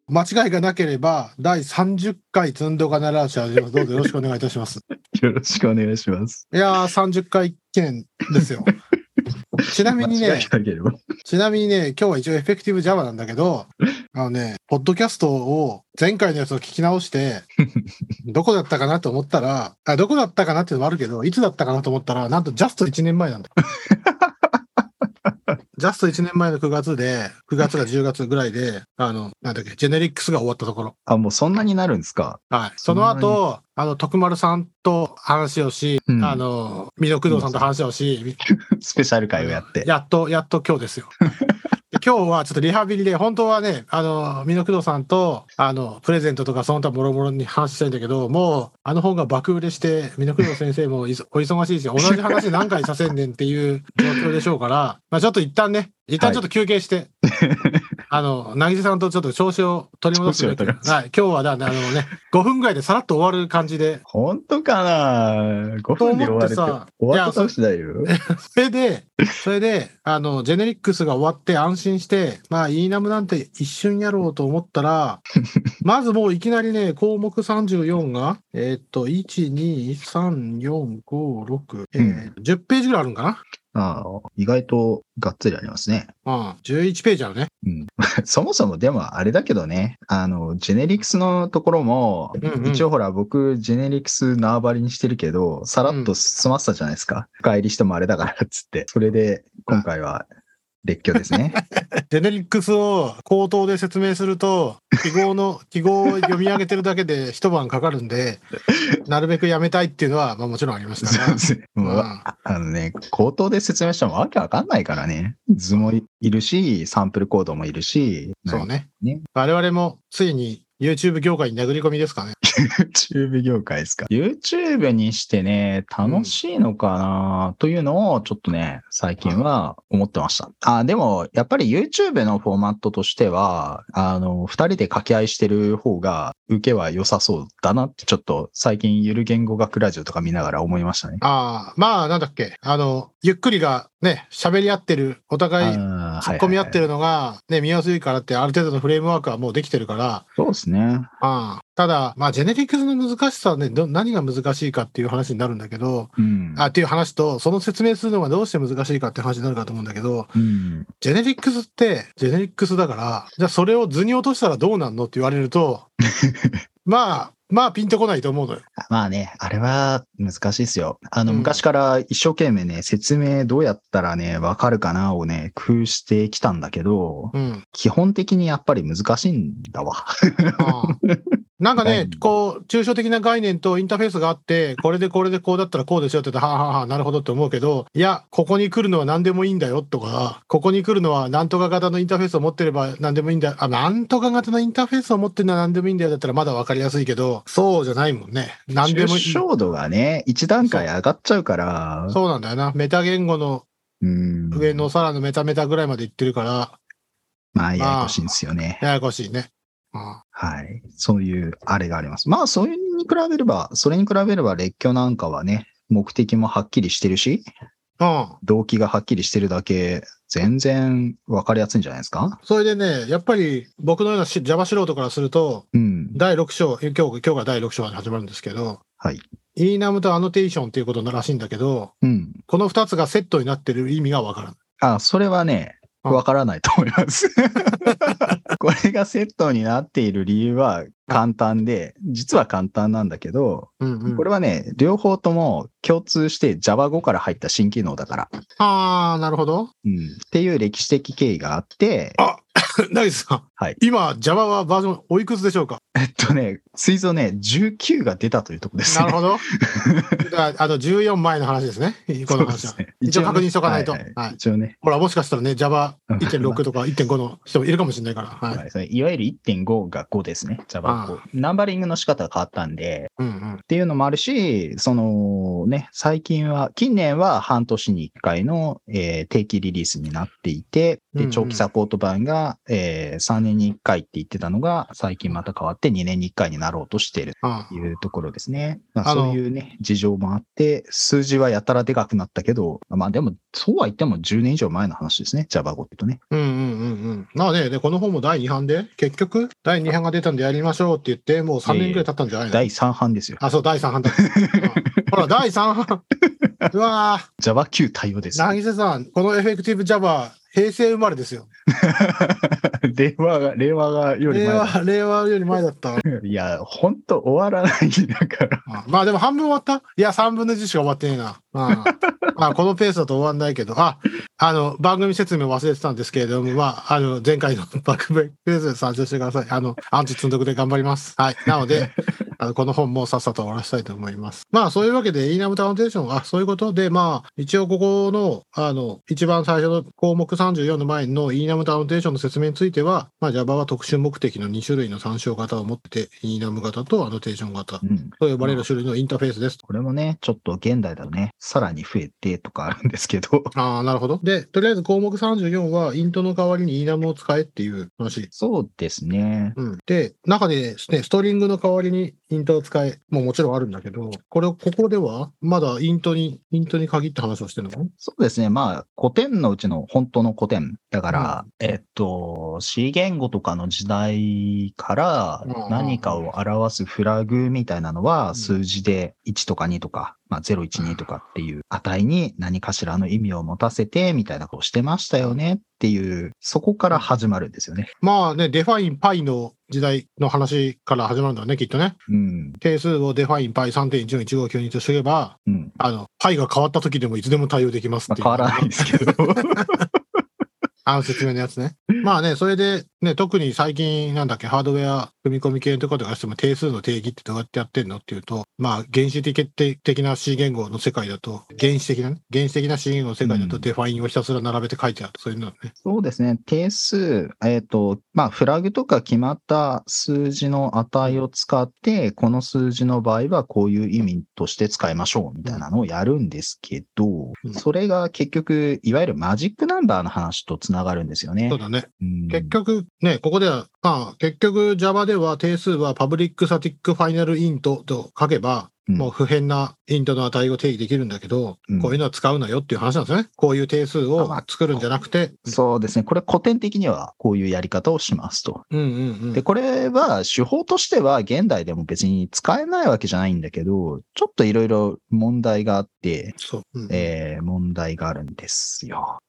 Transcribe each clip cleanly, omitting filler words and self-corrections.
間違いがなければ、第30回積んどかならしゃどうぞよろしくお願いいたします。 よろしくお願いします。 いやー、30回記念ですよ。ちなみにね、今日は一応エフェクティブ Java なんだけど、ポッドキャストを前回のやつを聞き直して、どこだったかなと思ったら、どこだったかなっていうのもあるけど、いつだったかなと思ったら、なんとジャスト1年前なんだ。ジャスト1年前の9月で、9月か10月ぐらいで、なんだっけ、ジェネリックスが終わったところ。 あ、もうそんなになるんですか？ はい。その後、徳丸さんと話をし、 うん、 美濃工藤さんと話をし、 スペシャル会をやって。 やっと今日ですよ。今日はちょっとリハビリで、本当はね、美濃工藤さんと、プレゼントとかその他もろもろに話したいんだけど、もう、本が爆売れして、美濃工藤先生もお忙しいし、同じ話何回させんねんっていう状況でしょうから、まあちょっと一旦ちょっと休憩して、なぎせさんとちょっと調子を取り戻すべく、はい、今日は5分ぐらいでさらっと終わる感じで。 本当かな？5分で終わるって。終わったしだよ。 それで、ジェネリックスが終わって安心して、まあ、イーナムなんて一瞬やろうと思ったら、まずもういきなりね、項目34が、1、2、3、4、5、6、10ページぐらいあるんかな？ 意外とがっつりありますね。 11ページあるね。 うん。そもそもでもあれだけどね、ジェネリクスのところも、一応ほら僕、ジェネリクス縄張りにしてるけど、さらっと済ませたじゃないですか。深入りしてもあれだからっつって。それで、今回は、列挙ですね。 ジェネリックスを口頭で説明すると、記号を読み上げてるだけで一晩かかるんで、なるべくやめたいっていうのは、まあもちろんありましたね、口頭で説明してもわけわかんないからね。図もいるし、サンプルコードもいるし。 そうね。我々もついに YouTube 業界に殴り込みですかね。 YouTube 業界ですか。YouTube にしてね、楽しいのかなというのをちょっとね、最近は思ってました。でも、やっぱり YouTube のフォーマットとしては、二人で掛け合いしてる方が受けは良さそうだなってちょっと最近ゆる言語学ラジオとか見ながら思いましたね。 まあなんだっけ、ゆっくりがね、喋り合ってる、お互い突っ込み合ってるのがね、見やすいからってある程度のフレームワークはもうできてるから。 そうですね。 ただ、まあ、ジェネリックスの難しさはね、何が難しいかっていう話になるんだけど、っていう話と、その説明するのがどうして難しいかっていう話になるかと思うんだけど、ジェネリックスって、ジェネリックスだから、じゃあそれを図に落としたらどうなんのって言われると、まあ、ピンとこないと思うのよ。 まあね、あれは難しいですよ。昔から一生懸命ね、説明どうやったらね、わかるかなをね、工夫してきたんだけど、基本的にやっぱり難しいんだわ。 なんかね、こう、抽象的な概念とインターフェースがあって、これでこうだったらこうですよって言って、はあ、なるほどって思うけど、いや、ここに来るのは何でもいいんだよとか、ここに来るのはなんとか型のインターフェースを持ってれば何でもいいんだよ。なんとか型のインターフェースを持ってるのは何でもいいんだよだったらまだわかりやすいけど、そうじゃないもんね。何でもいい。 抽象度がね、一段階上がっちゃうから。 そうなんだよな。メタ言語の上のさらのメタぐらいまでいってるから。 まあ、ややこしいんですよね。 ややこしいね。 はい。そういうあれがあります。まあ、それに比べれば列挙なんかはね、目的もはっきりしてるし、動機がはっきりしてるだけ、全然分かりやすいんじゃないですか？ それでね、やっぱり僕のような Java 素人からすると、第6章、今日が第6章が始まるんですけど、 はい。 イーナムとアノテーションっていうことらしいんだけど、この2つがセットになってる意味が分からない。 それはね、わからないと思います。これがセットになっている理由は簡単で、実は簡単なんだけど、これはね、両方とも共通して Java5 から入った新機能だから。 なるほど。 っていう歴史的経緯があって。 ナイスさん。 はい。 今、Java はバージョンおいくつでしょうか？ 水蔵ね、19が出たというところですね。 なるほど。14前の話ですね。この話は。一応確認しとかないと。 一応ね。 ほら、もしかしたらね、Java1.6 とか1.5の人もいるかもしれないから。 いわゆる 1.5 が5ですね。Java5。ナンバリングの仕方が変わったんで、っていうのもあるし、近年は半年に1回の、定期リリースになっていて、で、長期サポート版が、3年に1回って言ってたのが、最近また変わって2年に1回にななろうとしているあというところですね。まあ、 あのそういうね、事情もあって、数字はやたらでかくなったけど、まあでも、そうは言っても10年以上前の話ですね。Java 語ってとね。 うんうんうんうん。まあね、で、この本も第2版で、結局、第2版が出たんでやりましょうって言って、もう3年ぐらい経ったんじゃないの？ 第3版ですよ。 あ、そう、第3版だ。ほら、第3版。うわぁ、 Java9 対応です。 なぎせさん、このエフェクティブ Java、平成生まれですよ。 令和がより前だ。 令和より前だった。 いや、ほんと終わらないんだから。 まあでも半分終わった？いや、3分の1しか終わってねえな。まあこのペースだと終わんないけど、番組説明忘れてたんですけれども、前回の番組ペースで参照してください。アンチ積んどくで頑張ります。はい。なので、この本もさっさと終わらせたいと思います。まあそういうわけで、イーナムタノテーション、そういうことで、まあ一応ここの、一番最初の項目34の前のイーナムタノテーションの説明については、まあ Java は特殊目的の2種類の参照型を持ってて、イーナム型とアノテーション型と呼ばれる種類のインターフェースです。 これもね、ちょっと現代だとね、さらに増えてとかあるんですけど。 なるほど。で、とりあえず項目34は、イントの代わりにイーナムを使えっていう話。 そうですね。 で、中でですね、ストリングの代わりにイントを使え、もちろんあるんだけど、ここでは、まだイントに限って話をしてるの？ そうですね。まあ、古典のうちの本当の古典。だから、C 言語とかの時代から何かを表すフラグみたいなのは数字で1とか2とか、まあ012とかっていう値に何かしらの意味を持たせてみたいなことをしてましたよねっていう、そこから始まるんですよね。 まあね、デファイン π の時代の話から始まるんだね、きっとね。定数をデファイン π3.141592 とすれば、π が変わった時でもいつでも対応できますっていう。 変わらないですけど。 説明のやつね。まあね、それでね、特に最近ハードウェア組み込み系のところとかしても定数の定義ってどうやってやってんのっていうと、まあ原始的な C 言語の世界だと、原始的な C 言語の世界だとデファインをひたすら並べて書いてあると、そういうのね。 そうですね。定数、まあフラグとか決まった数字の値を使って、この数字の場合はこういう意味として使いましょうみたいなのをやるんですけど、それが結局、いわゆるマジックナンバーの話とつながるんですよね。 そうだね。結局ね、ここでは、結局 Java では定数はパブリックスタティックファイナルイントと書けば、もう不変なイントの値を定義できるんだけど、こういうのは使うなよっていう話なんですね。こういう定数を作るんじゃなくて。 そうですね。これ古典的にはこういうやり方をしますと。で、これは手法としては現代でも別に使えないわけじゃないんだけど、ちょっといろいろ問題があって、問題があるんですよ。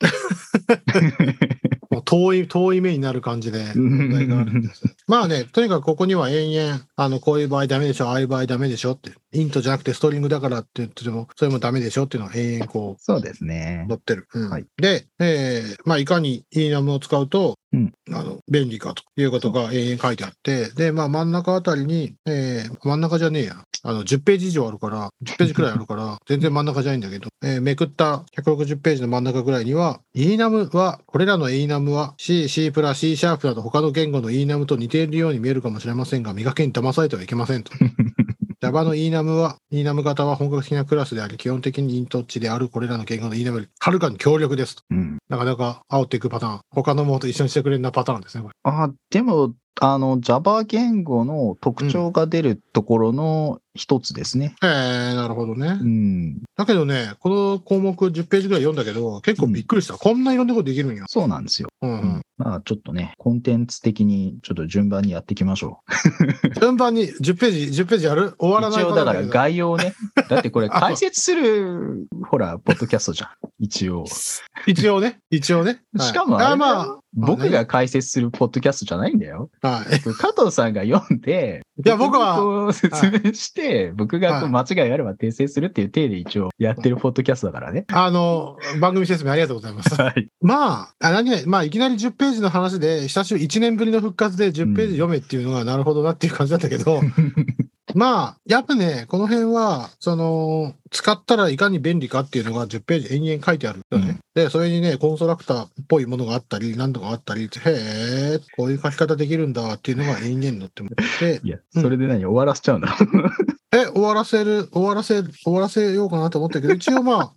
もう遠い目になる感じで問題があるんです。まあね、とにかくここには延々、こういう場合ダメでしょ、ああいう場合ダメでしょって、イントじゃなくてストリングだからって言ってても、それもダメでしょっていうのは延々こう、 そうですね。 載ってる。で、まあいかにイーナムを使うと、便利かということが延々書いてあって、で、まあ真ん中あたりに、真ん中じゃねえや。10ページ以上あるから、10ページくらいあるから、全然真ん中じゃないんだけど、めくった160ページの真ん中ぐらいには、イーナムは、これらのイーナムは C、C++、C シャープなど他の言語のイーナムと似ているように見えるかもしれませんが、見かけに騙されてはいけませんと。Java のイーナム型は本格的なクラスであり、基本的にイント値であるこれらの言語のイーナムよりはるかに強力ですと。なかなか煽っていくパターン。他のものと一緒にしてくれるなパターンですね、これ。 でも、Java 言語の特徴が出るところの一つですね。 なるほどね。だけどね、この項目10ページぐらい読んだけど、結構びっくりした。こんないろんなことできるんや。 そうなんですよ。まあちょっとね、コンテンツ的にちょっと順番にやっていきましょう。順番に10ページやる？終わらない。 一応だから概要ね。だってこれ解説する、ほら、ポッドキャストじゃん。一応ね。しかも僕が解説するポッドキャストじゃないんだよ。加藤さんが読んで、 いや、僕は説明して、僕が間違いあれば訂正するっていう体で一応やってるポッドキャストだからね。 番組説明ありがとうございます。まあ、いきなり10ページの話で、1年ぶりの復活で10ページ読めっていうのがなるほどなっていう感じだったけど、まあ、やっぱね、この辺は、使ったらいかに便利かっていうのが10ページ延々書いてあるよね。で、それにね、コンストラクターっぽいものがあったり、何とかあったり、へえ、こういう書き方できるんだっていうのが延々載ってもらって。 いや、それで終わらせちゃうんだ。 終わらせようかなと思ったけど、一応まあ、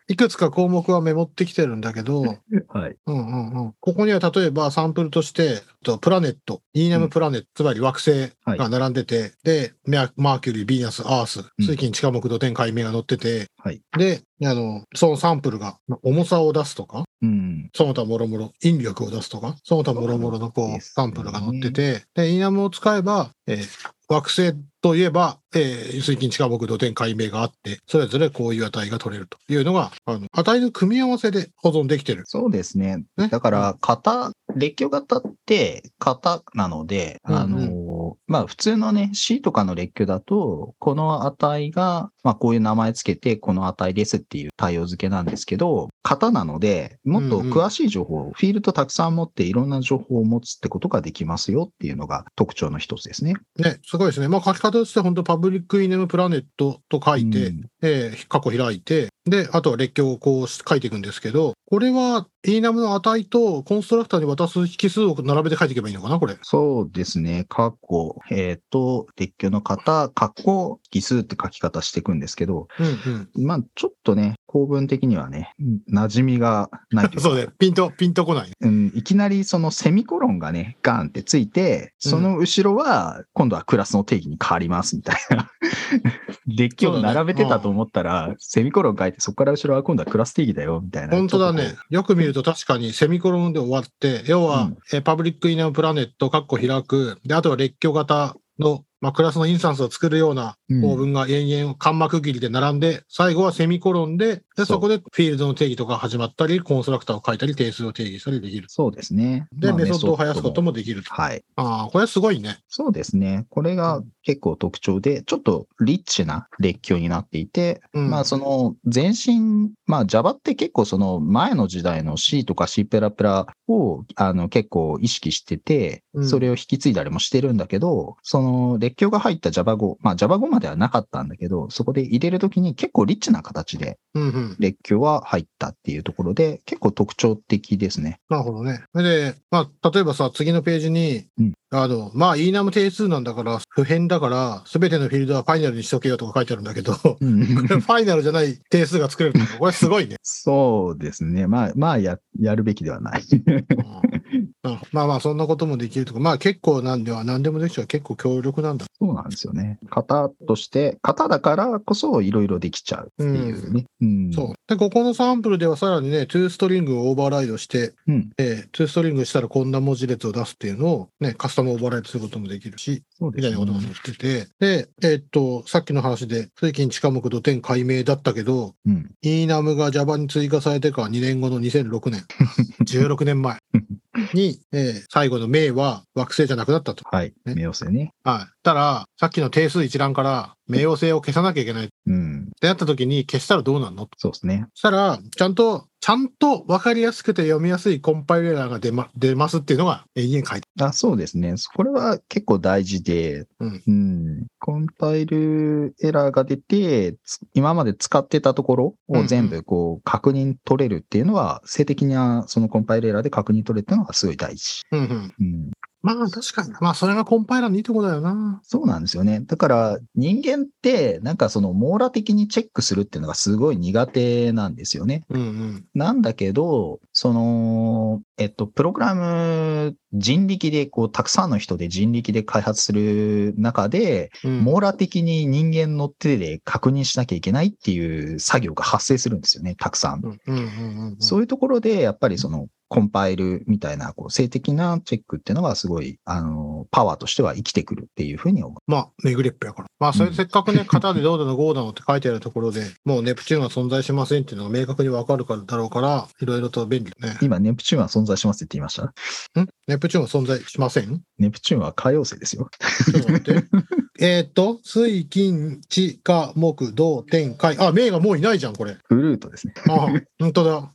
いくつか項目はメモってきてるんだけど、 はい。 ここには例えばサンプルとして、プラネット、イーナムプラネット、つまり惑星が並んでて、で、マーキュリー、ヴィーナス、アース、水金地下木土天海明が載ってて、 はい。 で、そのサンプルが重さを出すとか、 うん。 その他もろもろ、引力を出すとか、その他もろもろのこう、サンプルが載ってて、で、イーナムを使えば、惑星といえば、水金地下木土天海明があって、それぞれこういう値が取れるというのが、値の組み合わせで保存できてる。 そうですね。 ねだから、列挙型って型なので、まあ普通のね、C とかの列挙だと、この値が、まあこういう名前つけて、この値ですっていう対応付けなんですけど、型なので、もっと詳しい情報、フィールドたくさん持っていろんな情報を持つってことができますよっていうのが特徴の一つですね。 ね、すごいですね。まあ書き方として本当パブリックイーネムプラネットと書いて、括弧開いて、で、あとは列挙をこう書いていくんですけど、これはイーナムの値とコンストラクターに渡す引数を並べて書いていけばいいのかな、これ。 そうですね。括弧、列挙の型、括弧、引数って書き方していくんですけど、まあちょっとね、構文的にはね、馴染みがないというか。 そうね、ピンとこない、 ね。いきなりそのセミコロンがね、ガンってついて、その後ろは今度はクラスの定義に変わりますみたいな。列挙を並べてたと思ったら、セミコロン書いてそこから後ろは今度はクラス定義だよみたいな。 本当だね。よく見ると確かにセミコロンで終わって、要は、パブリックイーネムプラネット、括弧開く。で、あとは列挙型の、まあ、クラスのインスタンスを作るような構文が延々、カンマ区切りで並んで、最後はセミコロンで、そこでフィールドの定義とか始まったり、コンストラクターを書いたり、定数を定義したりできる。 そうですね。 で、メソッドを生やすこともできると。 はい。 ああ、これすごいね。 そうですね。これが結構特徴で、ちょっとリッチな列挙になっていて、まあその前身、まあ Java って結構その前の時代の C とか C++ を結構意識してて、それを引き継いだりもしてるんだけど、その列挙が入った Java5、まあ Java5 まではなかったんだけど、そこで入れるときに結構リッチな形で列挙は入ったっていうところで、結構特徴的ですね。 なるほどね。で、まあ例えばさ、次のページに、まあ、イーナム定数なんだから、不変だから、すべてのフィールドはファイナルにしとけよとか書いてあるんだけど、これファイナルじゃない定数が作れるのこれすごいね。 そうですね。まあやるべきではない。 まあ、そんなこともできるとか、まあ結構何でもできちゃう。結構強力なんだ。 そうなんですよね。型として、型だからこそいろいろできちゃうっていうね。 そう。で、ここのサンプルではさらにね、トゥーストリングをオーバーライドして、トゥーストリングしたらこんな文字列を出すっていうのをね、カスタムオーバーライドすることもできるし、みたいなことが載ってて、で、さっきの話で、水金地下木土天解明だったけど、イーナムが Java に追加されてから2年後の2006年、16年前に、最後の明は惑星じゃなくなったと。 はい。冥王星ね。 はい。たら、さっきの定数一覧から冥王星を消さなきゃいけない。ってなった時に消したらどうなるの？ そうですね。 そしたら、ちゃんと分かりやすくて読みやすいコンパイレーラーが出ますっていうのが延々書いてあ、そうですね。これは結構大事で、コンパイルエラーが出て、今まで使ってたところを全部こう確認取れるっていうのは、性的なそのコンパイルエラーで確認取れるっていうのがすごい大事。 まあ確かに。まあそれがコンパイラーのいいとこだよな。 そうなんですよね。だから人間ってなんかその網羅的にチェックするっていうのがすごい苦手なんですよね。なんだけど、その、プログラム人力でこうたくさんの人で人力で開発する中で、網羅的に人間の手で確認しなきゃいけないっていう作業が発生するんですよね。たくさん。そういうところでやっぱりそのコンパイルみたいな、こう、性的なチェックっていうのがすごい、パワーとしては生きてくるっていうふうに思う。 まあ、めぐれっぺやから。まあ、それせっかくね、型でどうだのこうだのって書いてあるところで、もうネプチューンは存在しませんっていうのが明確にわかるからだろうから、いろいろと便利だね。 今、ネプチューンは存在しますって言いました？ ネプチューンは存在しません？ ネプチューンは海王星ですよ。 ちょっと待って。水、金、地、火、木、土、天、海。あ、明がもういないじゃん、これ。 フルートですね。 あ、本当だ。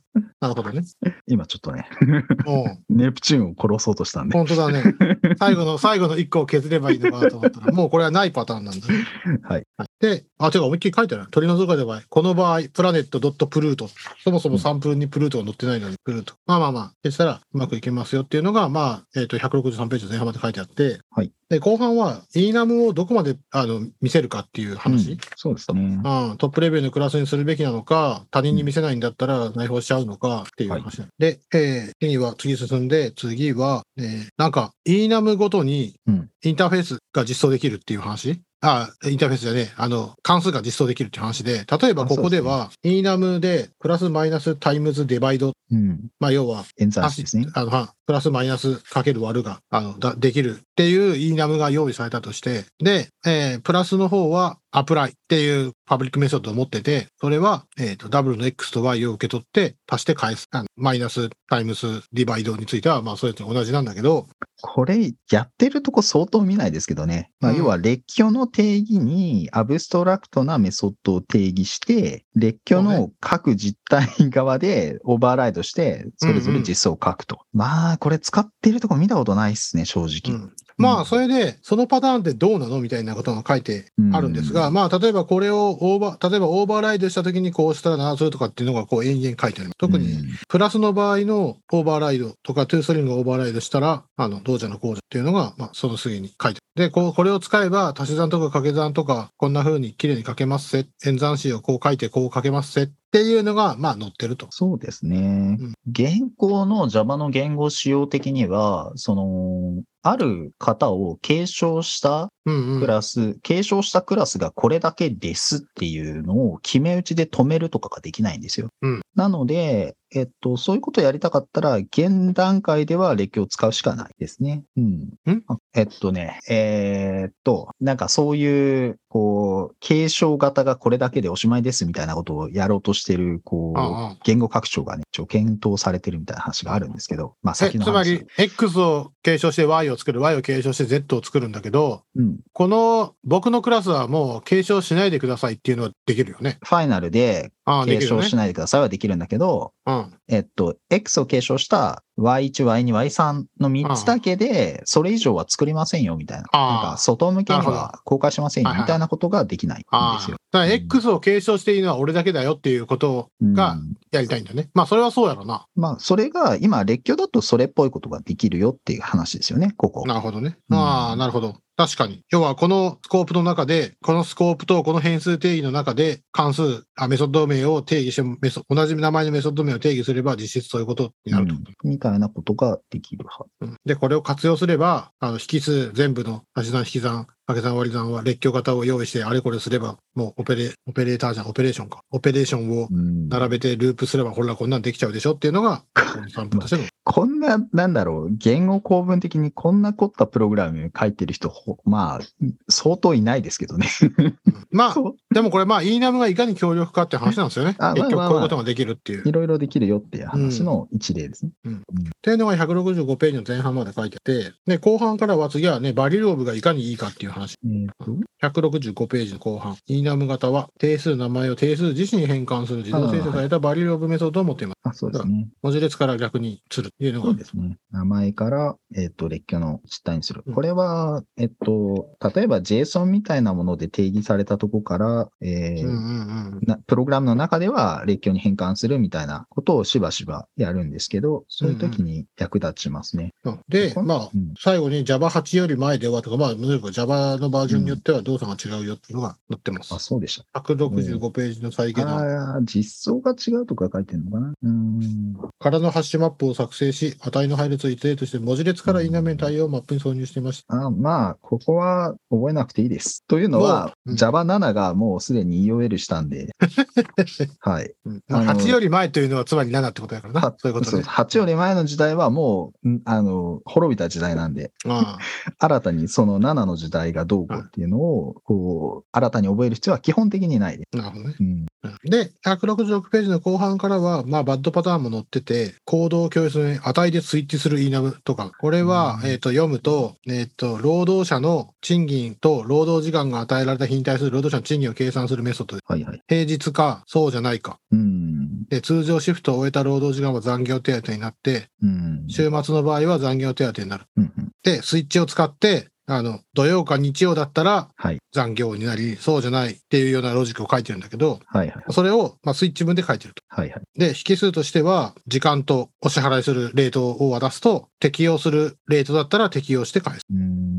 なるほどね。 今ちょっとね、 うん。 ネプチューンを殺そうとしたんで。 本当だね。最後の1個を削ればいいのかなと思ったら、もうこれはないパターンなんだね。 はい。 で、てか思いっきり書いてある。取り除かれた場合、この場合、プラネットプルート。そもそもサンプルにプルートが載ってないのに、プルート。まあ。そしたら、うまくいけますよっていうのが、163ページ前半まで書いてあって、 はい。 で、後半は、イーナムをどこまで、見せるかっていう話。 そうですね。 トップレベルのクラスにするべきなのか、他人に見せないんだったら内包しちゃうのかっていう話。で、次進んで、次は、なんか、イーナムごとにインターフェースが実装できるっていう話。インターフェースじゃねえ、関数が実装できるっていう話で、例えばここでは、イーナムで、プラスマイナスタイムズデバイド。要は、 演算子ですね。 プラスマイナスかける割るが、できるっていうイーナムが用意されたとして、で、プラスの方は、アプライっていうパブリックメソッドを持ってて、それは、ダブルの X と Y を受け取って、足して返す。マイナスタイムスディバイドについては、それと同じなんだけど。 これ、やってるとこ相当見ないですけどね。要は、列挙の定義にアブストラクトなメソッドを定義して、列挙の各実体側でオーバーライドして、それぞれ実装を書くと。これ使ってるとこ見たことないっすね、正直。 それで、そのパターンってどうなのみたいなことが書いてあるんですが、例えばこれをオーバーライドしたときにこうしたらな、そうとかっていうのが延々書いてある。特に、プラスの場合のオーバーライドとか、トゥーストリングがオーバーライドしたら、どうじゃのこうじゃっていうのが、その次に書いてある。で、これを使えば、足し算とか掛け算とか、こんな風に綺麗に書けますせ。演算子をこう書いてこう書けますせ。っていうのが、載ってると。 そうですね。現行の Java の言語仕様的には、ある型を継承したクラス、継承したクラスがこれだけですっていうのを決め打ちで止めるとかができないんですよ。なので、そういうことをやりたかったら、現段階では列挙を使うしかないですね。なんかそういう、継承型がこれだけでおしまいですみたいなことをやろうとしてる、言語拡張がね、検討されてるみたいな話があるんですけど、先の話。 つまり、X を継承して Y を作る、Y を継承して Z を作るんだけど、この僕のクラスはもう継承しないでくださいっていうのはできるよね。 ファイナルで継承しないでくださいはできるんだけど、X を継承した Y1、Y2、Y3 の3つだけで、それ以上は作りませんよみたいな。なんか外向けには公開しませんよみたいなことができないんですよ。 だから X を継承していいのは俺だけだよっていうことがやりたいんだね。それはそうやろうな。 それが今列挙だとそれっぽいことができるよっていう話ですよね、ここ。 なるほどね。なるほど。確かに。要はこのスコープの中で、このスコープとこの変数定義の中で関数、メソッド名を定義して、同じ名前のメソッド名を定義すれば実質そういうことになると。 みたいなことができるはず。で、これを活用すれば、引数全部の足し算引き算、掛け算割り算は列挙型を用意してあれこれすれば、もうオペレーターじゃん、オペレーションか。オペレーションを並べてループすれば、ほらこんなんできちゃうでしょっていうのが、サンプルとしての。 こんな、言語構文的にこんな凝ったプログラム書いてる人、相当いないですけどね。 でもこれイーナムがいかに強力かって話なんですよね。結局こういうことができるっていう。 いろいろできるよっていう話の一例ですね。 っていうのが165ページの前半まで書いてて、で、後半からは次はね、バリルオブがいかにいいかっていう話。165ページの後半。イーナム型は定数名前を定数自身に変換する自動生成されたバリルオブメソッドを持っています。 そうですね。 文字列から逆にするっていうのが。 そうですね。名前から、列挙の実体にする。これは、例えば JSON みたいなもので定義されたとこから、プログラムの中では列挙に変換するみたいなことをしばしばやるんですけど、そういう時に役立ちますね。 で、最後に Java8 より前ではとか、Java のバージョンによっては動作が違うよっていうのが載ってます。 そうでした。 165ページの再現の。 実装が違うとか書いてるのかな。 からのハッシュマップを作成し、値の配列を一例として文字列からイーナムに対応をマップに挿入していました。 ここは覚えなくていいです。というのは、Java7 がもうすでに EOL したんで。はい。 8より前というのはつまり7ってことだからな。そういうことね。 8より前の時代はもう、滅びた時代なんで、新たにその7の時代がどうこうっていうのを、新たに覚える必要は基本的にないです。 なるほどね。で、166ページの後半からは、バッドパターンも載ってて、コードを共有する値でスイッチするイーナムとか、これは、読むと、労働者の賃金と労働時間が与えられた日に対する労働者の賃金を計算するメソッドで、平日か、そうじゃないか。 通常シフトを終えた労働時間は残業手当になって、週末の場合は残業手当になる。で、スイッチを使って、土曜か日曜だったら残業になり、そうじゃないっていうようなロジックを書いてるんだけど、それを、スイッチ分で書いてると。で、引数としては、時間とお支払いするレートを渡すと、適用するレートだったら適用して返す。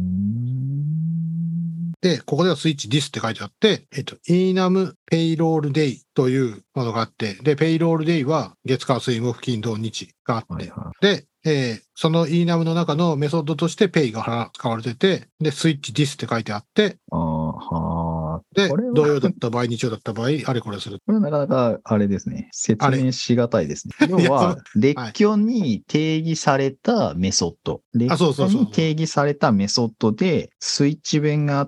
で、ここではスイッチ this って書いてあって、enum payroll day というものがあって、で、payroll day は月火水木金土日があって、で、その enum の中のメソッドとして pay が使われてて、で、スイッチ this って書いてあって、で、土曜だった場合、日曜だった場合、あれこれする。 これはなかなか、あれですね。説明しがたいですね。要は、列挙に定義されたメソッド。列挙に定義されたメソッドで、スイッチ分があって、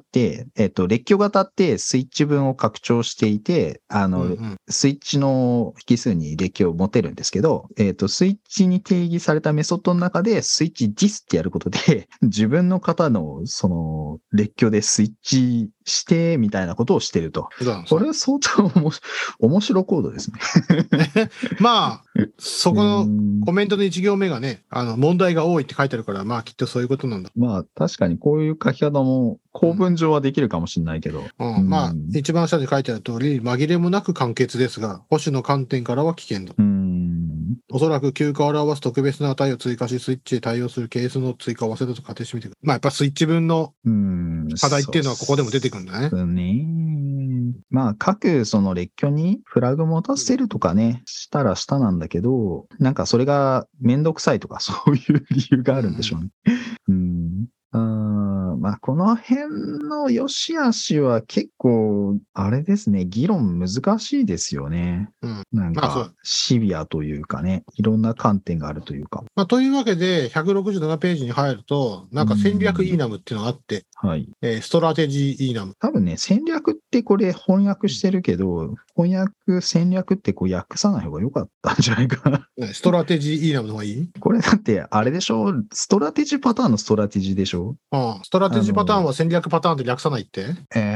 列挙型ってスイッチ分を拡張していて、スイッチの引数に列挙を持てるんですけど、スイッチに定義されたメソッドの中で、スイッチ this ってやることで、自分の方の、列挙でスイッチして、みたいなことをしてると。これは相当面白コードですね。 そこのコメントの1行目がね、問題が多いって書いてあるから、きっとそういうことなんだ。 確かにこういう書き方も構文上はできるかもしれないけど。 一番下に書いてある通り、紛れもなく簡潔ですが、保守の観点からは危険だ。おそらく休暇を表す特別な値を追加し、スイッチで対応するケースの追加を忘れたと仮定してみてくる。やっぱスイッチ分の課題っていうのはここでも出てくるんだね。 各その列挙にフラグ持たせるとかね、したらしたなんだけど、なんかそれがめんどくさいとかそういう理由があるんでしょうね。この辺の良し悪しは結構、あれですね、議論難しいですよね。なんか、シビアというかね、いろんな観点があるというか。 というわけで、167ページに入ると、なんか戦略イーナムっていうのがあって、ストラテジーイーナム。 多分ね、戦略ってこれ翻訳してるけど、戦略って訳さない方が良かったんじゃないかな。 ストラテジーイーナムの方がいい？ これだって、あれでしょ？ストラテジーパターンのストラテジーでしょ？ ストラテジーパターンは戦略パターンで略さないって？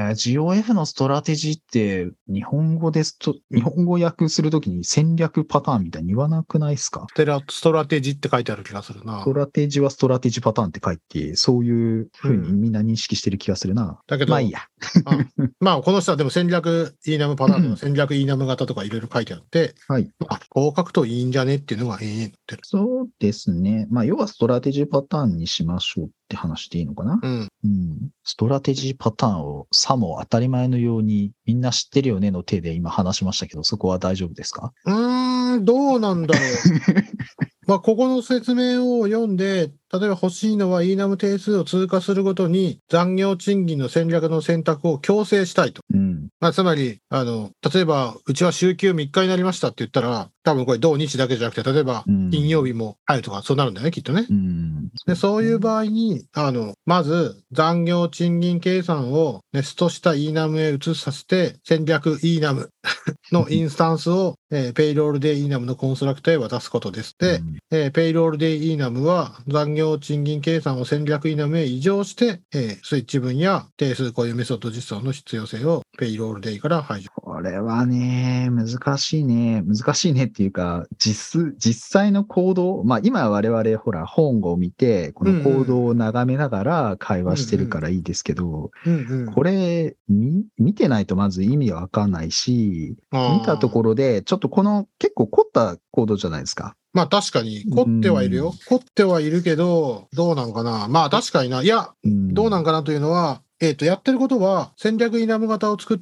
GOF のストラテジーって日本語訳するときに戦略パターンみたいに言わなくないですか？ ストラテジーって書いてある気がするな。 ストラテジーはストラテジーパターンって書いて、そういう風にみんな認識してる気がするな。 だけど、 いいや。 この人はでも戦略イーナムパターンとか戦略イーナム型とかいろいろ書いてあって、こう書くといいんじゃねっていうのが言ってる。 そうですね。要はストラテジーパターンにしましょうって話でいいのかな？ストラテジーパターンをさも当たり前のようにみんな知ってるよねの手で今話しましたけど、そこは大丈夫ですか？ どうなんだろう。ここの説明を読んで、例えば欲しいのはイーナム定数を通過するごとに残業賃金の戦略の選択を強制したいと。つまり、例えば、うちは週休3日になりましたって言ったら、多分これ土日だけじゃなくて、例えば金曜日も入るとか、そうなるんだよね、きっとね。で、そういう場合に、まず残業賃金計算をネストしたイーナムへ移させて、戦略イーナムのインスタンスを、ペイロールデイイーナムのコンストラクトへ渡すことです。で、ペイロールデイイーナムは残業賃金計算を戦略イーナムへ移譲して、スイッチ分や定数固有メソッド実装の必要性をペイロールデイから排除。 これはね、難しいねっていうか、実際の行動、今我々ほら本を見て、この行動を眺めながら会話してるからいいですけど、これ見てないとまず意味わかんないし、見たところで、ちょっとこの結構凝った行動じゃないですか。 確かに、凝ってはいるよ。凝ってはいるけど、どうなんかな。確かにな。いや、どうなんかなというのは、やってることは戦略イナム型を作って、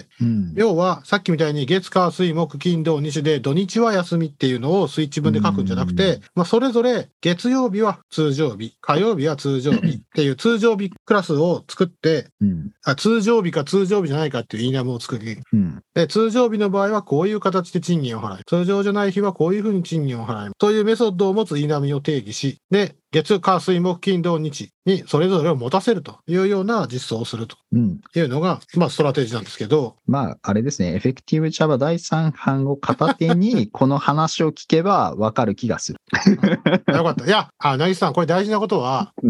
要はさっきみたいに月火水木金土日で土日は休みっていうのをスイッチ分で書くんじゃなくて、それぞれ月曜日は通常日、火曜日は通常日っていう通常日クラスを作って、通常日か通常日じゃないかっていうイナムを作り、で通常日の場合はこういう形で賃金を払い、通常じゃない日はこういうふうに賃金を払い、というメソッドを持つイナムを定義し、で月火水木金土日にそれぞれを持たせるというような実装をするというのが、ストラテジーなんですけど。 あれですね、エフェクティブ Java 第3版を片手にこの話を聞けばわかる気がする。 よかった。いや、なぎさん、これ大事なことは、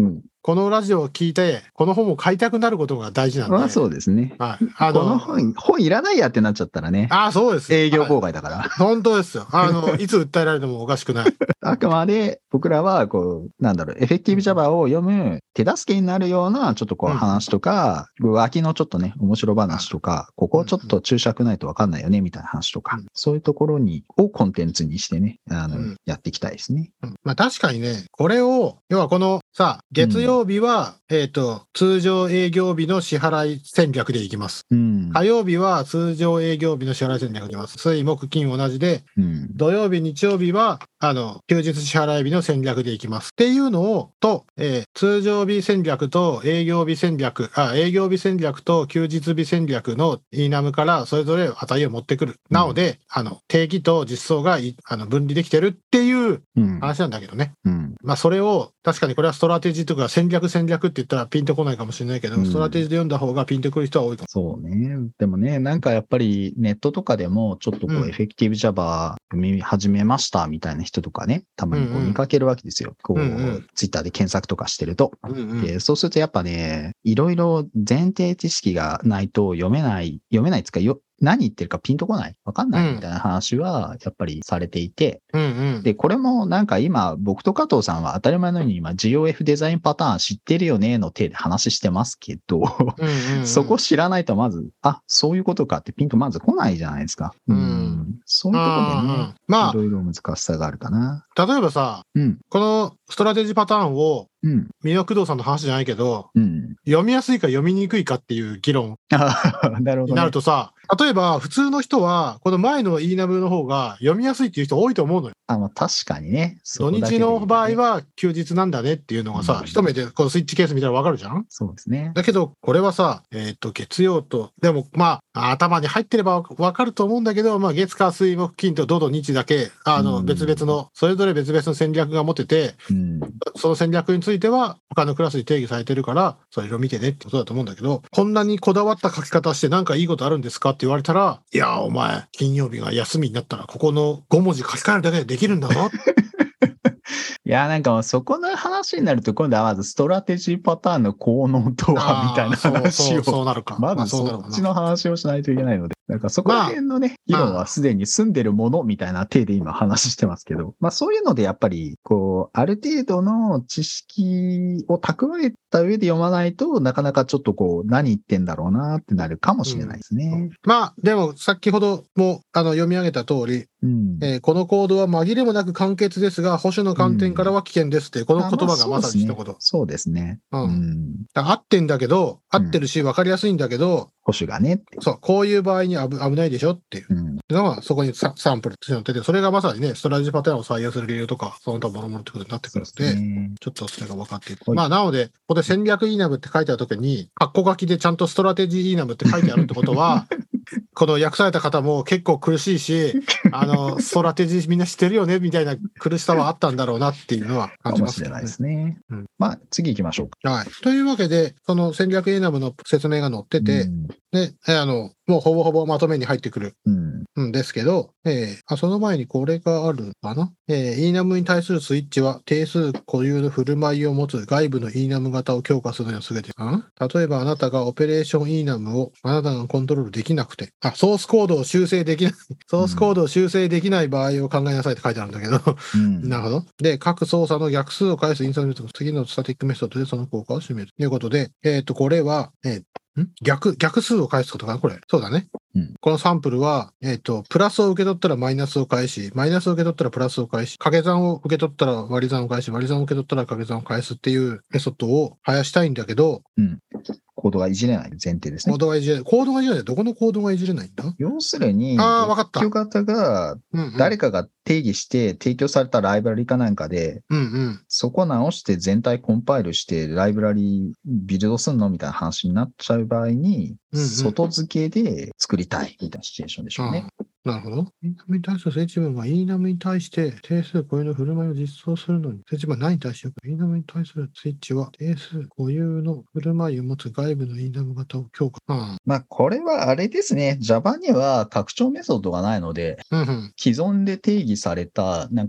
このラジオを聞いて、この本を買いたくなることが大事なんで。 まあそうですね。 はい。 この本いらないやってなっちゃったらね。 そうです。 営業妨害だから。はい、 本当ですよ。いつ訴えられてもおかしくない。 あくまで僕らは、エフェクティブ Java を読む手助けになるような、ちょっと話とか、脇のちょっとね、面白話とか、ここちょっと注釈ないとわかんないよね、みたいな話とか、そういうところをコンテンツにしてね、やっていきたいですね。 まあ確かにね、これを、要はこのさ、月曜日は、通常営業日の支払い戦略でいきます。火曜日は通常営業日の支払い戦略でいきます。水、木、金同じで、土曜日、日曜日は、休日支払い日の戦略でいきます。っていうのを、通常日戦略と営業日戦略、営業日戦略と休日日戦略の ENUM からそれぞれ値を持ってくる。なので、定義と実装が分離できてるっていう話なんだけどね。まあそれを、確かにこれはストラテジーとか戦略って言ったらピンとこないかもしれないけど、ストラテジーで読んだ方がピンとくる人は多いかも。 そうね。でもね、なんかやっぱりネットとかでもちょっとエフェクティブ Java 読み始めましたみたいな人とかね、たまに見かけるわけですよ。ツイッターで検索とかしてると。でそうするとやっぱね、いろいろ前提知識がないと読めないつか何言ってるかピンとこないわかんないみたいな話はやっぱりされていて、で、これもなんか今僕と加藤さんは当たり前のように今 GOF デザインパターン知ってるよねの体で話してますけど、そこ知らないとまず、そういうことかってピンとまず来ないじゃないですか。そういうところでね、まあ、いろいろ難しさがあるかな。 例えばさ、このストラテジーパターンを、美濃工藤さんの話じゃないけど、読みやすいか読みにくいかっていう議論になるとさ、例えば普通の人はこの前の ENUM の方が読みやすいっていう人多いと思うのよ。 まあ確かにね。 土日の場合は休日なんだねっていうのがさ、一目でこのスイッチケース見たらわかるじゃん？ そうですね。 だけどこれはさ、月曜と、でもまあ頭に入ってればわかると思うんだけど、まあ月火水木金と土土日だけ、別々の、それぞれ別々の戦略が持ってて、その戦略については他のクラスに定義されてるから、それを見てねってことだと思うんだけど、こんなにこだわった書き方してなんかいいことあるんですかって言われたら、いやお前、金曜日が休みになったらここの5文字書き換えるだけでできるんだぞ。 いや、なんかそこの話になると、今度はまずストラテジーパターンの効能とは、みたいな話を、 そうなるか。 まずそっちの話をしないといけないので、なんかそこら辺のね、議論はすでに済んでるものみたいな体で今話してますけど、まあそういうのでやっぱり、ある程度の知識を蓄えた上で読まないとなかなかちょっと何言ってんだろうなってなるかもしれないですね。 まあ、でも先ほども読み上げた通り、このコードは紛れもなく簡潔ですが、保守の観点からは危険ですって、この言葉がまさに一言。 そうですね。 合ってんだけど、合ってるし分かりやすいんだけど、 保守がね。 そう、こういう場合に危ないでしょっていうのが、そこにサンプルとして載ってて、それがまさにね、ストラテジーパターンを採用する理由とか、その他もろもろってことになってくるので、ちょっとそれが分かっている。まあ、なので、ここで戦略 ENUM って書いてあるときに、括弧書きでちゃんとストラテジー ENUM って書いてあるってことは、この訳された方も結構苦しいし、ストラテジーみんな知ってるよねみたいな苦しさはあったんだろうなっていうのは感じますね。 かもしれないですね。まあ、次行きましょうか。 はい。というわけで、その戦略 ENUM の説明が載ってて、で、もうほぼほぼまとめに入ってくるんですけど、その前にこれがあるかな。ENUM に対するスイッチは定数固有の振る舞いを持つ外部の ENUM 型を強化するのには優れているかな。例えばあなたがオペレーション ENUM をあなたがコントロールできなくて、ソースコードを修正できない、ソースコードを修正できない場合を考えなさいって書いてあるんだけど、なるほど。で、各操作の逆数を返すインスタントの次のスタティックメソッドでその効果を示すということで、これは、逆数を返すことかなこれ。そうだね。このサンプルは、プラスを受け取ったらマイナスを返し、マイナスを受け取ったらプラスを返し、掛け算を受け取ったら割り算を返し、割り算を受け取ったら掛け算を返すっていうメソッドを生やしたいんだけど、 コードがいじれない前提ですね。 コードがいじれない。コードがいじれない。どこのコードがいじれないんだ？ 要するに、 わかった。 特許型が誰かが定義して提供されたライブラリかなんかで、そこ直して全体コンパイルしてライブラリビルドすんのみたいな話になっちゃう場合に、外付けで作りたいみたいなシチュエーションでしょうね。 なるほど。 ENUM に対する正知文が ENUM に対して定数固有の振る舞いを実装するのに、正知文は何に対してよく ENUM に対するスイッチは定数固有の振る舞いを持つ外部の ENUM 型を強化。 まあ、これはあれですね。Java には拡張メソッドがないので、既存で定義された、なんか、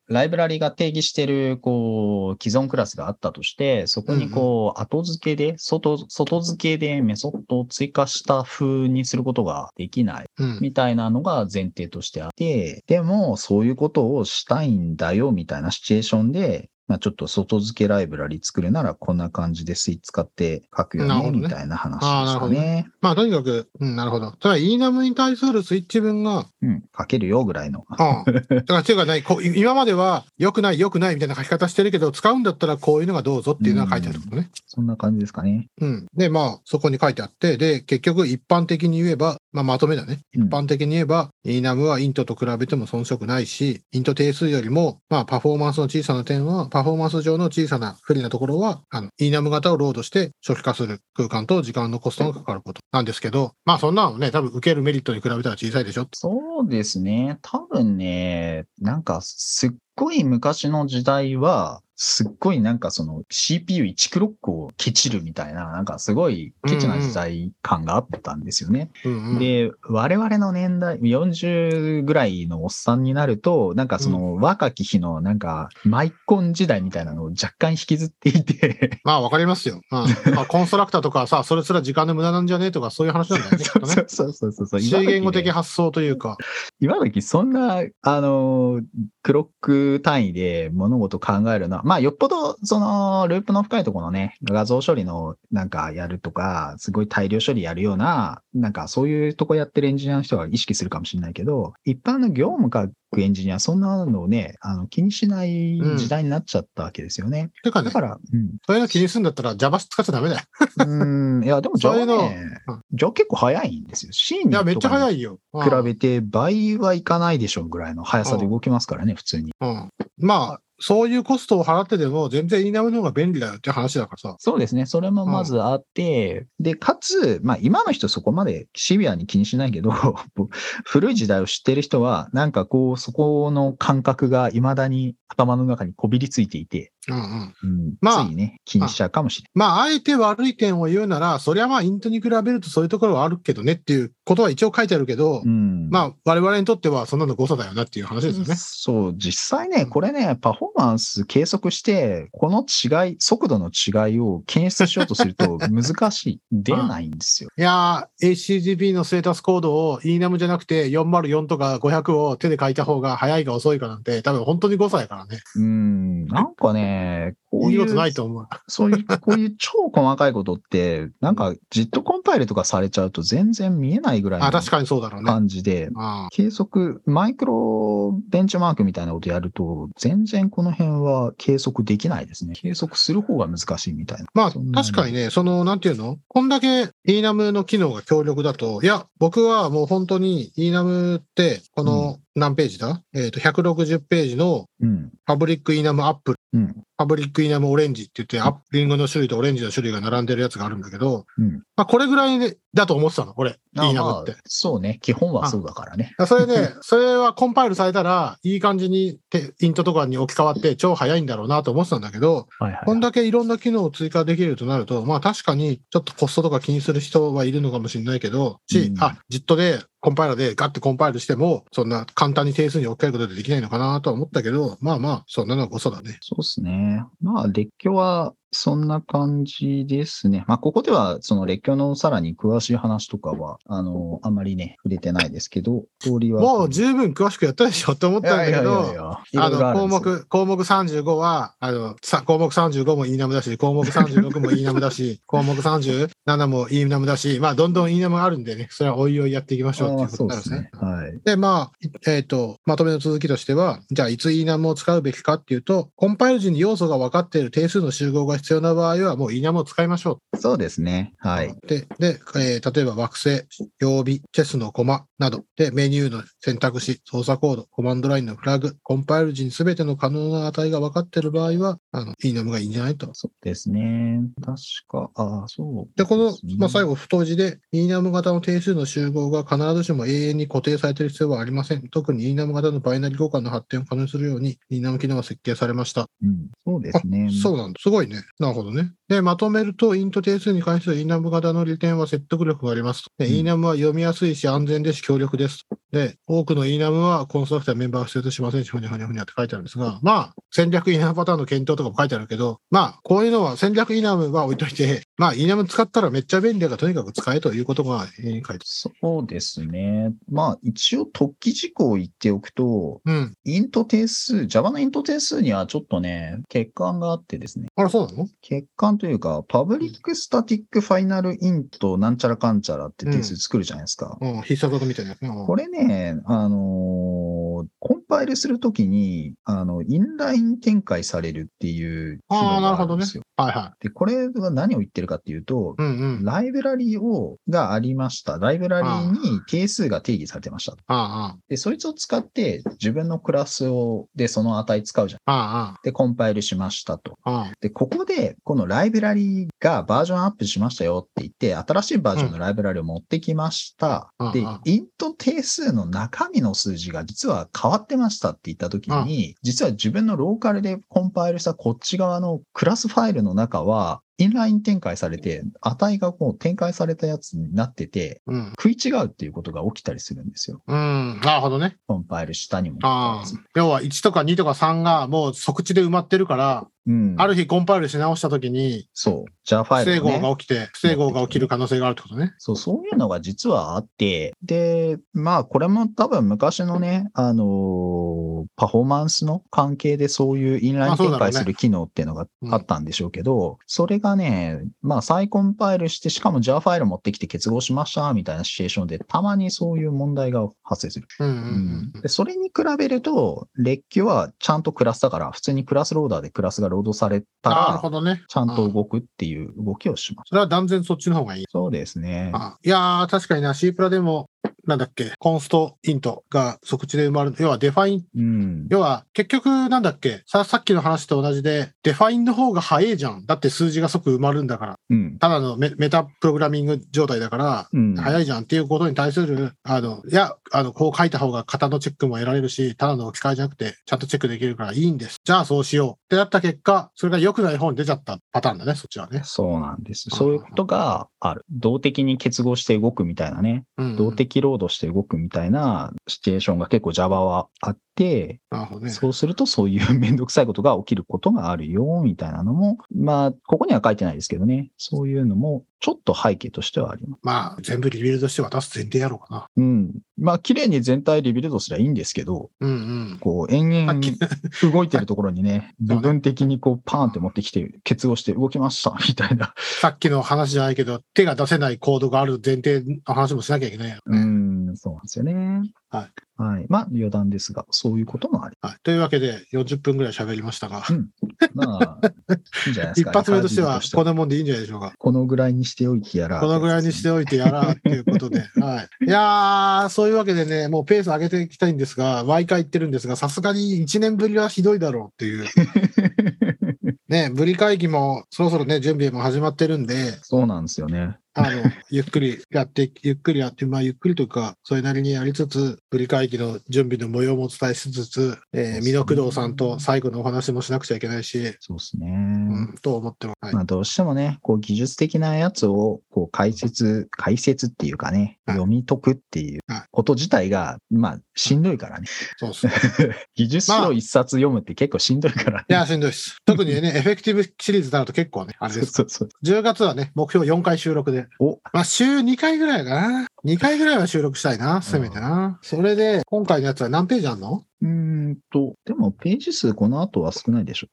ライブラリが定義してる、既存クラスがあったとして、そこに後付けで、外付けでメソッドを追加した風にすることができない、みたいなのが前提としてあって、でも、そういうことをしたいんだよ、みたいなシチュエーションで、ちょっと外付けライブラリ作るならこんな感じでスイ使って書くよね、みたいな話でしたね。 とにかく、なるほど。ただ enum に対するスイッチ文が、 書けるよぐらいの。 だから手がない、今までは良くないみたいな書き方してるけど、使うんだったらこういうのがどうぞっていうのが書いてあるってことね。 そんな感じですかね。 で、そこに書いてあって、で、結局一般的に言えば、まとめだね。一般的に言えば、enum は int と比べても遜色ないし、int 定数よりも、パフォーマンスの小さな点は、パフォーマンス上の小さな不利なところは、enum 型をロードして初期化する空間と時間のコストがかかることなんですけど、そんなのね、多分受けるメリットに比べたら小さいでしょ。 そうですね。多分ね、すっごい昔の時代は、すっごいCPU1 クロックをケチるみたいな、すごいケチな時代感があったんですよね。で、我々の年代、40ぐらいのおっさんになると、若き日のマイコン時代みたいなのを若干引きずっていて。 わかりますよ。コンストラクターとかさ、それすら時間の無駄なんじゃねえとか、そういう話なんだよね。 そう。 C言語的発想というか。 今時そんな、クロック単位で物事を考えるのは、よっぽど、ループの深いところのね、画像処理のやるとか、すごい大量処理やるような、そういうとこやってるエンジニアの人は意識するかもしれないけど、一般の業務書くエンジニア、そんなのをね、気にしない時代になっちゃったわけですよね。 てかね、だから、そういうの気にするんだったら Java 使っちゃダメだよ。 いや、でも Java ね、Java 結構早いんですよ。C にめっちゃ早いよ。 比べて倍はいかないでしょうぐらいの速さで動きますからね、普通に。 そういうコストを払ってでも全然 enum の方が便利だよって話だからさ。 そうですね。それもまずあって、で、かつ、今の人そこまでシビアに気にしないけど、古い時代を知ってる人は、そこの感覚が未だに頭の中にこびりついていて、ついね、気にしちゃうかもしれない。 あえて悪い点を言うなら、そりゃイントに比べるとそういうところはあるけどねっていうことは一応書いてあるけど、我々にとってはそんなの誤差だよなっていう話ですよね。 そう、実際ね、これね、パフォーマンス計測して、この違い、速度の違いを検出しようとすると難しい。出ないんですよ。 いやー、HTTP のステータスコードを enum じゃなくて404とか500を手で書いた方が早いか遅いかなんて、多分本当に誤差やからね。 こういう、 ないと思う。 こういう超細かいことって、JIT コンパイルとかされちゃうと全然見えないぐらいの確かにそうだろうね。 感じで、計測、マイクロベンチマークみたいなことやると、全然この辺は計測できないですね。計測する方が難しいみたいな。 確かにね、なんていうの？こんだけ enum の機能が強力だと、いや、僕はもう本当に enum って、この、何ページだ？160ページのパブリック enum アップル、パブリック enum オレンジって言って、リンゴの種類とオレンジの種類が並んでるやつがあるんだけど、これぐらいだと思ってたの、俺、enum って。 そうね、基本はそうだからね。 それで、それはコンパイルされたら、いい感じにイントとかに置き換わって超早いんだろうなと思ってたんだけど、こんだけいろんな機能を追加できるとなると、確かにちょっとコストとか気にする人はいるのかもしれないけど、JIT でコンパイラーでガッてコンパイルしても、そんな簡単に定数に置き換えることでできないのかなとは思ったけど、そんなのは誤差だね。 そうですね。列挙はそんな感じですね。ここではその列挙のさらに詳しい話とかは、あんまりね、触れてないですけど、ストーリーは。 もう十分詳しくやったでしょって思ったんだけど、項目35は、項目35も enum だし、項目36も enum だし、項目37も enum だし、どんどん enum あるんでね、それはおいおいやっていきましょうっていうことになるんですね。で、まとめの続きとしては、じゃあいつ enum を使うべきかっていうと、コンパイル時に要素が分かっている定数の集合が必要な場合は、もう enum を使いましょう。 そうですね。はい。 で、例えば惑星、曜日、チェスのコマなど、で、メニューの選択肢、操作コード、コマンドラインのフラグ、コンパイル時に全ての可能な値が分かっている場合は、enum がいいんじゃないと。 そうですね。確か、そうで、この、最後、太字で、enum 型の定数の集合が必ずしも永遠に固定されている必要はありません。特に enum 型のバイナリ互換の発展を可能にするように、enum 機能が設計されました。 そうですね。 そうなんだ。すごいね。なるほどね。 で、まとめると、イント定数に関する enum 型の利点は説得力がありますと。で、enum は読みやすいし安全ですし強力ですと。で、多くの enum はコンストラクターメンバーが必要としませんし、ふにゃふにゃふにゃって書いてあるんですが、まあ、戦略 enum パターンの検討とかも書いてあるけど、まあ、こういうのは戦略 enum は置いといて、まあ、enum 使ったらめっちゃ便利だからとにかく使えということが書いてある。 そうですね。まあ、一応突起事項を言っておくと、 うん。 イント定数、Java のイント定数にはちょっとね、欠陥があってですね。 あら、そうなの？ 欠陥というか、パブリックスタティックファイナルイントなんちゃらかんちゃらって定数作るじゃないですか。 うん、必殺技みたいなやつね。 これね、コンパイルするときに、インライン展開されるっていう機能があるんですよ。 はいはで、これは何を言ってるかっていうと、 い。うんうん。 ライブラリがありました。ライブラリに定数が定義されてました。で、そいつを使って自分のクラスでその値使うじゃん。で、コンパイルしましたと。で、ここで、このライブラリがバージョンアップしましたよって言って、新しいバージョンのライブラリを持ってきました。で、イント定数の中身の数字が実は変わってましたって言ったときに、実は自分のローカルでコンパイルしたこっち側のクラスファイルの中は、インライン展開されて、値がもう展開されたやつになってて、食い違うっていうことが起きたりするんですよ。 なるほどね。 コンパイルしたにも。 要は1とか2とか3がもう即地で埋まってるから、ある日コンパイルし直したときに、 そう。じゃあファイル、 不整合が起きて、不整合が起きる可能性があるってことね。 そういうのが実はあって、で、まあこれも多分昔のね、パフォーマンスの関係でそういうインライン展開する機能っていうのがあったんでしょうけど、それがね、まあ再コンパイルして、しかも Java ファイル持ってきて結合しましたみたいなシチュエーションで、たまにそういう問題が発生する。でそれに比べると、列挙はちゃんとクラスだから、普通にクラスローダーでクラスがロードされたら、 なるほどね。 ちゃんと動くっていう動きをします。 それは断然そっちの方がいい。 そうですね。 いやー、確かにな、C プラでも、なんだっけ、コンストイントが即地で埋まる。要はデファイン。要は結局なんだっけ、さっきの話と同じで、デファインの方が早いじゃん。だって数字が即埋まるんだから。ただのメタプログラミング状態だから、早いじゃんっていうことに対する、こう書いた方が型のチェックも得られるし、ただの置き換えじゃなくて、ちゃんとチェックできるからいいんです。じゃあそうしよう。ってなった結果、それが良くない方に出ちゃったパターンだね、そっちはね。 そうなんです。そういうことがある。動的に結合して動くみたいなね。動的ロードして動くみたいなシチュエーションが結構 Java はあって、そうするとそういうめんどくさいことが起きることがあるよ、みたいなのも、まあ、ここには書いてないですけどね。そういうのもちょっと背景としてはあります。 まあ、全部リビルドして渡す前提やろうかな。まあ、綺麗に全体リビルドすりゃいいんですけど、こう、延々動いてるところにね、部分的にこう、パーンって持ってきて、結合して動きました、みたいな。 さっきの話じゃないけど、手が出せないコードがある前提の話もしなきゃいけないよね。 そうなんですよね。はい。まあ、余談ですが、そういうこともあり。 というわけで、40分ぐらい喋りましたが。 まあ、いいんじゃないですか。 一発目としては、こんなもんでいいんじゃないでしょうか。 このぐらいにしておいてやら。 このぐらいにしておいてやらっていうことで。いやー、そういうわけでね、もうペース上げていきたいんですが、毎回言ってるんですが、さすがに1年ぶりはひどいだろうっていう。ね、ぶり会議もそろそろね、準備も始まってるんで。 そうなんですよね。 ゆっくりやって、まあ、ゆっくりというか、それなりにやりつつ、ぶり会議の準備の模様もお伝えしつつ、美濃工藤さんと最後のお話もしなくちゃいけないし。 そうですね。 と思ってます。 まあ、どうしてもね、こう、技術的なやつを、こう、解説っていうかね、読み解くっていうこと自体が、まあ、しんどいからね。 そうですね。 技術書一冊読むって結構しんどいからね。 いや、しんどいです。特にね、エフェクティブシリーズになると結構ね、あれです。そう。10月はね、目標4回収録で。まあ、週2回ぐらいかな。2回ぐらいは収録したいな、せめてな。それで、今回のやつは何ページあんの？ でもページ数この後は少ないでしょ。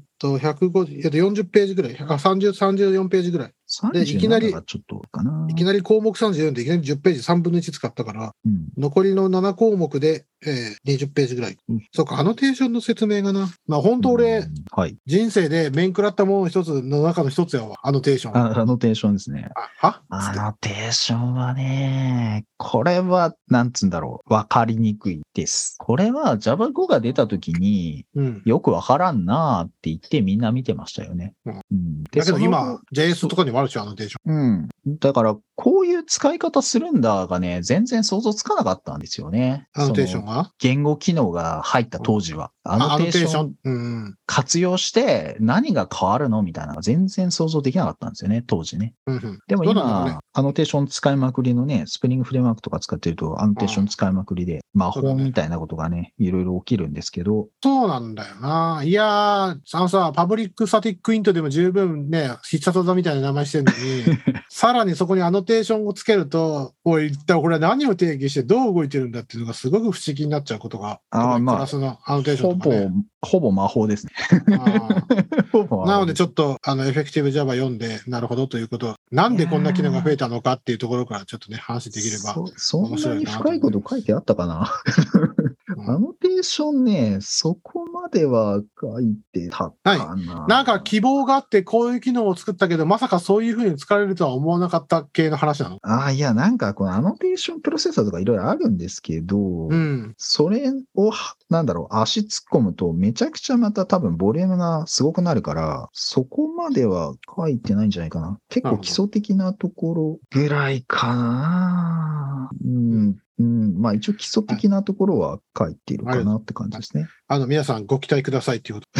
40ページぐらい。34ページぐらい。 で、いきなり、ちょっとかな。 いきなり項目34でいきなり10ページ3分の1使ったから、残りの7項目で、20ページぐらい。そうか、アノテーションの説明がな。まあ本当俺、人生で面食らったもの一つの中の一つやわ、アノテーション。 アノテーションですね。アノテーションはね、これは、なんつうんだろう、わかりにくいです。これは Java5 が出た時に、よくわからんなーって言ってみんな見てましたよね。 だけど今、JS とかにもあるし、アノテーション。 だから、こういう使い方するんだがね、全然想像つかなかったんですよね。 アノテーションが言語機能が入った当時は。 アノテーションうん。 活用して何が変わるのみたいなのが全然想像できなかったんですよね、当時ね。 うんうん。 でもどうなんだろうね。 今、アノテーション使いまくりのね、スプリングフレームワークとか使ってると、アノテーション使いまくりで、魔そうだね法みたいなことがね、いろいろ起きるんですけど、 そうなんだよな。いやー、さ、パブリックスタティックイントでも十分ね、必殺技みたいな名前してるのに、さらにそこにアノテーションをつけると、おい、一体これは何を定義してどう動いてるんだっていうのがすごく不思議になっちゃうことが、特にクラスのアノテーションとかね。 ほぼ魔法ですね。ほぼ魔法なのでちょっと、エフェクティブ Java 読んで、なるほどということ、なんでこんな機能が増えたのかっていうところからちょっとね、話できればそんなに面白いなと深いこと書いてあったかなアノテーションね、そこまでは書いてたかな。 なんか希望があってこういう機能を作ったけど、まさかそういう風に使われるとは思わなかった系の話なの？ いや、なんかこのアノテーションプロセッサーとかいろいろあるんですけど、それを、足突っ込むとめちゃくちゃまた多分ボリュームがすごくなるから、そこまでは書いてないんじゃないかな。結構基礎的なところぐらいかな。まあ一応基礎的なところは書いているかなって感じですね。 皆さんご期待くださいっていうこと。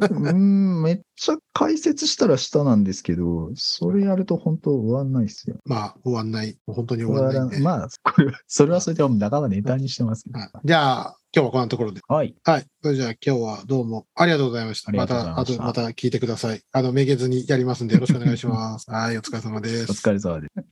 めっちゃ解説したら下なんですけど、それやると本当終わんないですよ。 まあ、終わんない。本当に終わんないんで。 まあ、それはそれで仲間ネタにしてますけど。 じゃあ、今日はこんなところで。 はい。 はい。それじゃあ今日はどうもありがとうございました。また聞いてください。めげずにやりますんでよろしくお願いします。はい、お疲れ様です。 お疲れ様です。